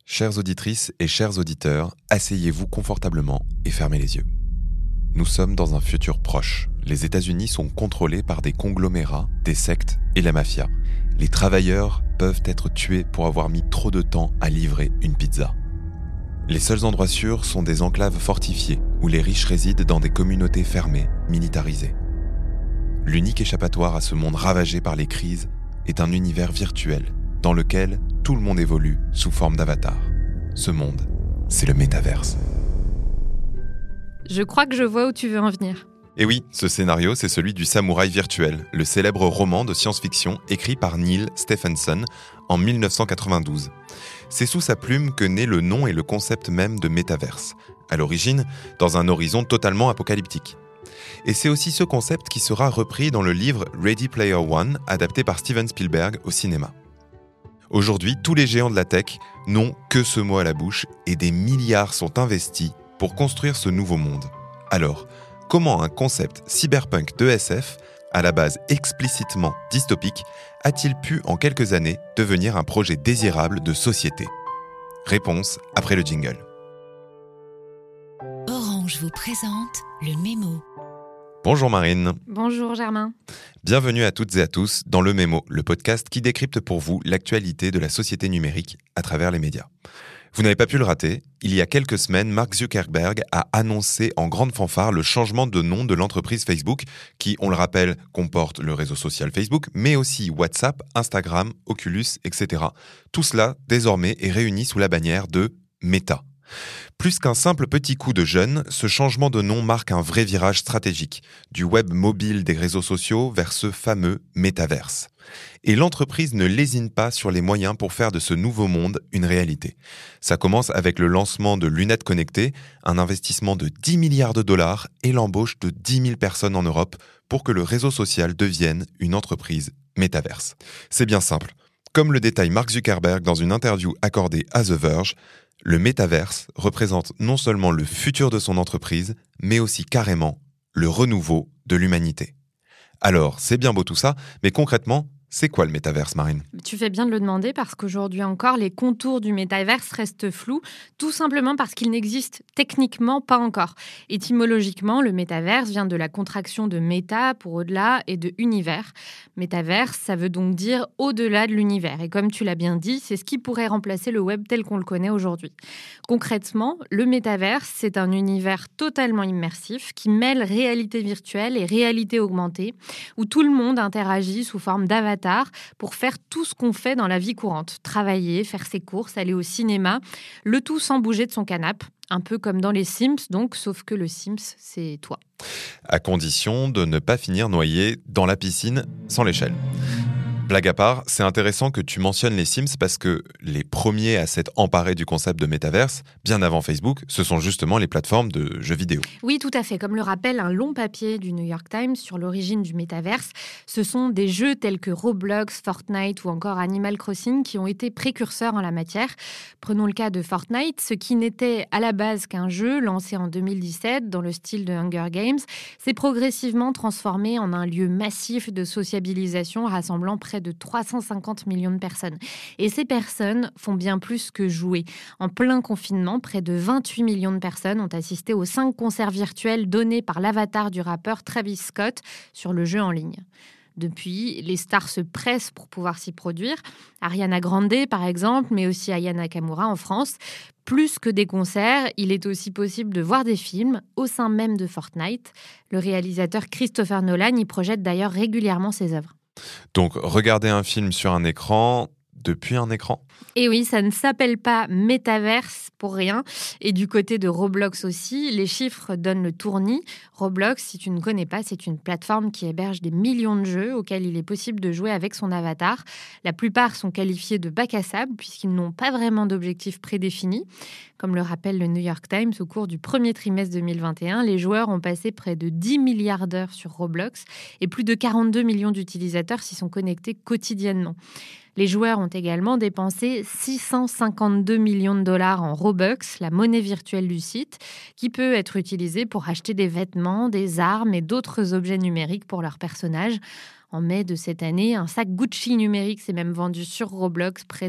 Chères auditrices et chers auditeurs, asseyez-vous confortablement et fermez les yeux. Nous sommes dans un futur proche. Les États-Unis sont contrôlés par des conglomérats, des sectes et la mafia. Les travailleurs peuvent être tués pour avoir mis trop de temps à livrer une pizza. Les seuls endroits sûrs sont des enclaves fortifiées où les riches résident dans des communautés fermées, militarisées. L'unique échappatoire à ce monde ravagé par les crises est un univers virtuel dans lequel tout le monde évolue sous forme d'avatar. Ce monde, c'est le métaverse. Je crois que je vois où tu veux en venir. Et oui, ce scénario, c'est celui du Samouraï virtuel, le célèbre roman de science-fiction écrit par Neal Stephenson en 1992. C'est sous sa plume que naît le nom et le concept même de métaverse, à l'origine dans un horizon totalement apocalyptique. Et c'est aussi ce concept qui sera repris dans le livre Ready Player One, adapté par Steven Spielberg au cinéma. Aujourd'hui, tous les géants de la tech n'ont que ce mot à la bouche et des milliards sont investis pour construire ce nouveau monde. Alors, comment un concept cyberpunk de SF, à la base explicitement dystopique, a-t-il pu en quelques années devenir un projet désirable de société ? Réponse après le jingle. Orange vous présente le Mémo. Bonjour Marine. Bonjour Germain. Bienvenue à toutes et à tous dans le Mémo, le podcast qui décrypte pour vous l'actualité de la société numérique à travers les médias. Vous n'avez pas pu le rater, il y a quelques semaines, Mark Zuckerberg a annoncé en grande fanfare le changement de nom de l'entreprise Facebook, qui, on le rappelle, comporte le réseau social Facebook, mais aussi WhatsApp, Instagram, Oculus, etc. Tout cela, désormais, est réuni sous la bannière de Meta. Plus qu'un simple petit coup de jeune, ce changement de nom marque un vrai virage stratégique, du web mobile des réseaux sociaux vers ce fameux métaverse. Et l'entreprise ne lésine pas sur les moyens pour faire de ce nouveau monde une réalité. Ça commence avec le lancement de lunettes connectées, un investissement de 10 milliards de dollars et l'embauche de 10 000 personnes en Europe pour que le réseau social devienne une entreprise métaverse. C'est bien simple. Comme le détaille Mark Zuckerberg dans une interview accordée à The Verge, le métaverse représente non seulement le futur de son entreprise, mais aussi carrément le renouveau de l'humanité. Alors, c'est bien beau tout ça, mais concrètement, c'est quoi le métaverse, Marine ? Tu fais bien de le demander parce qu'aujourd'hui encore, les contours du métaverse restent flous, tout simplement parce qu'il n'existe techniquement pas encore. Étymologiquement, le métaverse vient de la contraction de méta pour au-delà et de univers. Métaverse, ça veut donc dire au-delà de l'univers. Et comme tu l'as bien dit, c'est ce qui pourrait remplacer le web tel qu'on le connaît aujourd'hui. Concrètement, le métaverse, c'est un univers totalement immersif qui mêle réalité virtuelle et réalité augmentée, où tout le monde interagit sous forme d'avatar pour faire tout ce qu'on fait dans la vie courante. Travailler, faire ses courses, aller au cinéma, le tout sans bouger de son canapé. Un peu comme dans les Sims, donc, sauf que le Sims, c'est toi. À condition de ne pas finir noyé dans la piscine sans l'échelle. Blague à part, c'est intéressant que tu mentionnes les Sims parce que les premiers à s'être emparés du concept de métaverse, bien avant Facebook, ce sont justement les plateformes de jeux vidéo. Oui, tout à fait. Comme le rappelle un long papier du New York Times sur l'origine du métaverse, ce sont des jeux tels que Roblox, Fortnite ou encore Animal Crossing qui ont été précurseurs en la matière. Prenons le cas de Fortnite, ce qui n'était à la base qu'un jeu lancé en 2017 dans le style de Hunger Games, s'est progressivement transformé en un lieu massif de sociabilisation rassemblant près de 350 millions de personnes. Et ces personnes font bien plus que jouer. En plein confinement, près de 28 millions de personnes ont assisté aux 5 concerts virtuels donnés par l'avatar du rappeur Travis Scott sur le jeu en ligne. Depuis, les stars se pressent pour pouvoir s'y produire. Ariana Grande, par exemple, mais aussi Aya Nakamura en France. Plus que des concerts, il est aussi possible de voir des films au sein même de Fortnite. Le réalisateur Christopher Nolan y projette d'ailleurs régulièrement ses œuvres. Donc, regarder un film sur un écran, depuis un écran ? Et oui, ça ne s'appelle pas métaverse pour rien. Et du côté de Roblox aussi, les chiffres donnent le tournis. Roblox, si tu ne connais pas, c'est une plateforme qui héberge des millions de jeux auxquels il est possible de jouer avec son avatar. La plupart sont qualifiés de bac à sable puisqu'ils n'ont pas vraiment d'objectif prédéfini. Comme le rappelle le New York Times, au cours du premier trimestre 2021, les joueurs ont passé près de 10 milliards d'heures sur Roblox et plus de 42 millions d'utilisateurs s'y sont connectés quotidiennement. Les joueurs ont également dépensé 652 millions de dollars en Robux, la monnaie virtuelle du site, qui peut être utilisée pour acheter des vêtements, des armes et d'autres objets numériques pour leurs personnages. En mai de cette année, un sac Gucci numérique s'est même vendu sur Roblox près de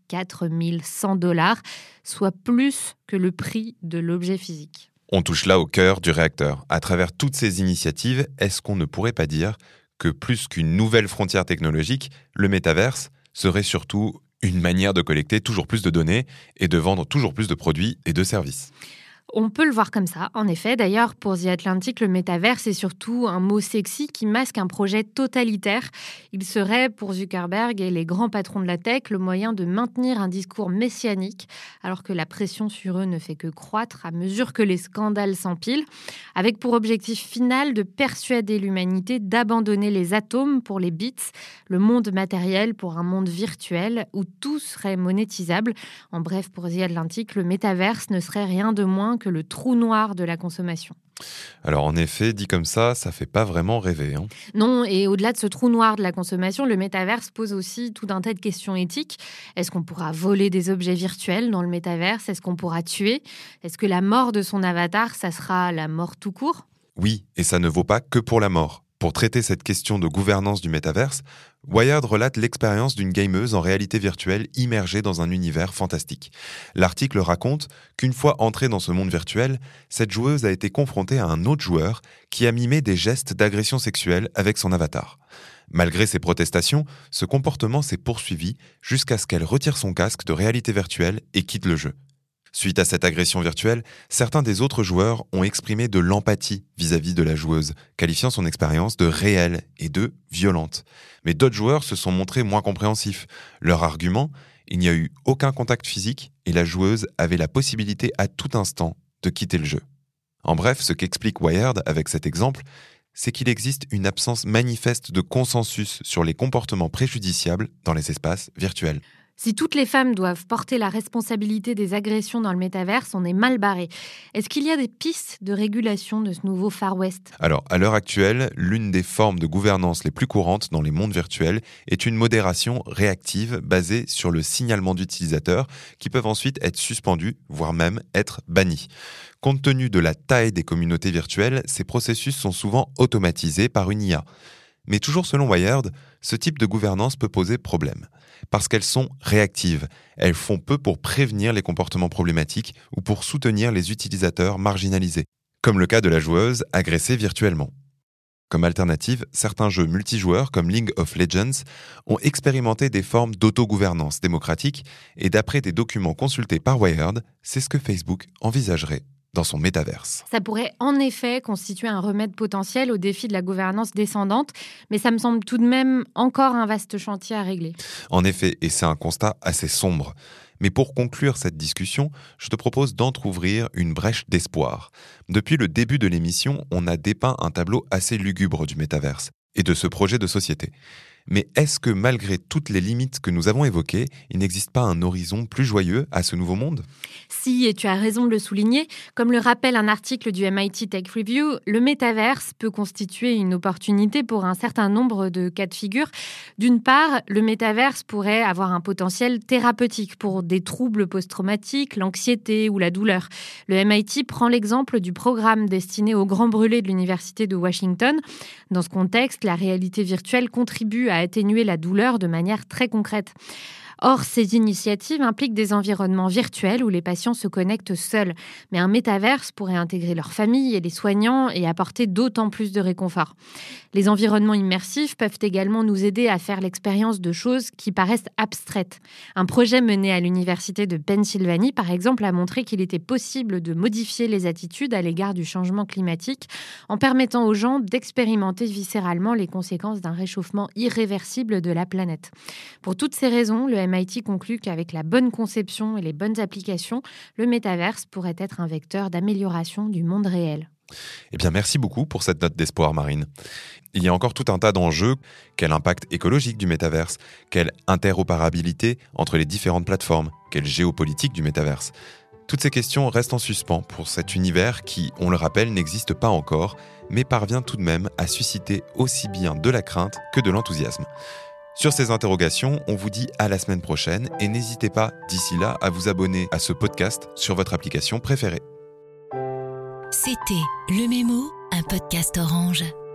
$4100, soit plus que le prix de l'objet physique. On touche là au cœur du réacteur. À travers toutes ces initiatives, est-ce qu'on ne pourrait pas dire que plus qu'une nouvelle frontière technologique, le métaverse serait surtout une manière de collecter toujours plus de données et de vendre toujours plus de produits et de services ? On peut le voir comme ça, en effet. D'ailleurs, pour The Atlantic, le métaverse est surtout un mot sexy qui masque un projet totalitaire. Il serait, pour Zuckerberg et les grands patrons de la tech, le moyen de maintenir un discours messianique, alors que la pression sur eux ne fait que croître à mesure que les scandales s'empilent, avec pour objectif final de persuader l'humanité d'abandonner les atomes pour les bits, le monde matériel pour un monde virtuel où tout serait monétisable. En bref, pour The Atlantic, le métaverse ne serait rien de moins que le trou noir de la consommation. Alors en effet, dit comme ça fait pas vraiment rêver. Non, et au-delà de ce trou noir de la consommation, le métaverse pose aussi tout un tas de questions éthiques. Est-ce qu'on pourra voler des objets virtuels dans le métaverse ? Est-ce qu'on pourra tuer ? Est-ce que la mort de son avatar, ça sera la mort tout court ? Oui, et ça ne vaut pas que pour la mort. Pour traiter cette question de gouvernance du métaverse, Wired relate l'expérience d'une gameuse en réalité virtuelle immergée dans un univers fantastique. L'article raconte qu'une fois entrée dans ce monde virtuel, cette joueuse a été confrontée à un autre joueur qui a mimé des gestes d'agression sexuelle avec son avatar. Malgré ses protestations, ce comportement s'est poursuivi jusqu'à ce qu'elle retire son casque de réalité virtuelle et quitte le jeu. Suite à cette agression virtuelle, certains des autres joueurs ont exprimé de l'empathie vis-à-vis de la joueuse, qualifiant son expérience de réelle et de violente. Mais d'autres joueurs se sont montrés moins compréhensifs. Leur argument, il n'y a eu aucun contact physique et la joueuse avait la possibilité à tout instant de quitter le jeu. En bref, ce qu'explique Wired avec cet exemple, c'est qu'il existe une absence manifeste de consensus sur les comportements préjudiciables dans les espaces virtuels. Si toutes les femmes doivent porter la responsabilité des agressions dans le métaverse, on est mal barré. Est-ce qu'il y a des pistes de régulation de ce nouveau Far West ? Alors, à l'heure actuelle, l'une des formes de gouvernance les plus courantes dans les mondes virtuels est une modération réactive basée sur le signalement d'utilisateurs qui peuvent ensuite être suspendus, voire même être bannis. Compte tenu de la taille des communautés virtuelles, ces processus sont souvent automatisés par une IA. Mais toujours selon Wired, ce type de gouvernance peut poser problème. Parce qu'elles sont réactives. Elles font peu pour prévenir les comportements problématiques ou pour soutenir les utilisateurs marginalisés, comme le cas de la joueuse agressée virtuellement. Comme alternative, certains jeux multijoueurs comme League of Legends ont expérimenté des formes d'autogouvernance démocratique et d'après des documents consultés par Wired, c'est ce que Facebook envisagerait dans son métaverse. Ça pourrait en effet constituer un remède potentiel au défi de la gouvernance descendante, mais ça me semble tout de même encore un vaste chantier à régler. En effet, et c'est un constat assez sombre. Mais pour conclure cette discussion, je te propose d'entrouvrir une brèche d'espoir. Depuis le début de l'émission, on a dépeint un tableau assez lugubre du métaverse et de ce projet de société. Mais est-ce que malgré toutes les limites que nous avons évoquées, il n'existe pas un horizon plus joyeux à ce nouveau monde ? Si, et tu as raison de le souligner, comme le rappelle un article du MIT Tech Review, le métaverse peut constituer une opportunité pour un certain nombre de cas de figure. D'une part, le métaverse pourrait avoir un potentiel thérapeutique pour des troubles post-traumatiques, l'anxiété ou la douleur. Le MIT prend l'exemple du programme destiné aux grands brûlés de l'Université de Washington. Dans ce contexte, la réalité virtuelle contribue à atténuer la douleur de manière très concrète. Or, ces initiatives impliquent des environnements virtuels où les patients se connectent seuls. Mais un métaverse pourrait intégrer leurs familles et les soignants et apporter d'autant plus de réconfort. Les environnements immersifs peuvent également nous aider à faire l'expérience de choses qui paraissent abstraites. Un projet mené à l'Université de Pennsylvanie, par exemple, a montré qu'il était possible de modifier les attitudes à l'égard du changement climatique en permettant aux gens d'expérimenter viscéralement les conséquences d'un réchauffement irréversible de la planète. Pour toutes ces raisons, le MIT conclut qu'avec la bonne conception et les bonnes applications, le métaverse pourrait être un vecteur d'amélioration du monde réel. Eh bien, merci beaucoup pour cette note d'espoir, Marine. Il y a encore tout un tas d'enjeux. Quel impact écologique du métaverse ? Quelle interopérabilité entre les différentes plateformes ? Quelle géopolitique du métaverse ? Toutes ces questions restent en suspens pour cet univers qui, on le rappelle, n'existe pas encore, mais parvient tout de même à susciter aussi bien de la crainte que de l'enthousiasme. Sur ces interrogations, on vous dit à la semaine prochaine et n'hésitez pas d'ici là à vous abonner à ce podcast sur votre application préférée. C'était Le Mémo, un podcast Orange.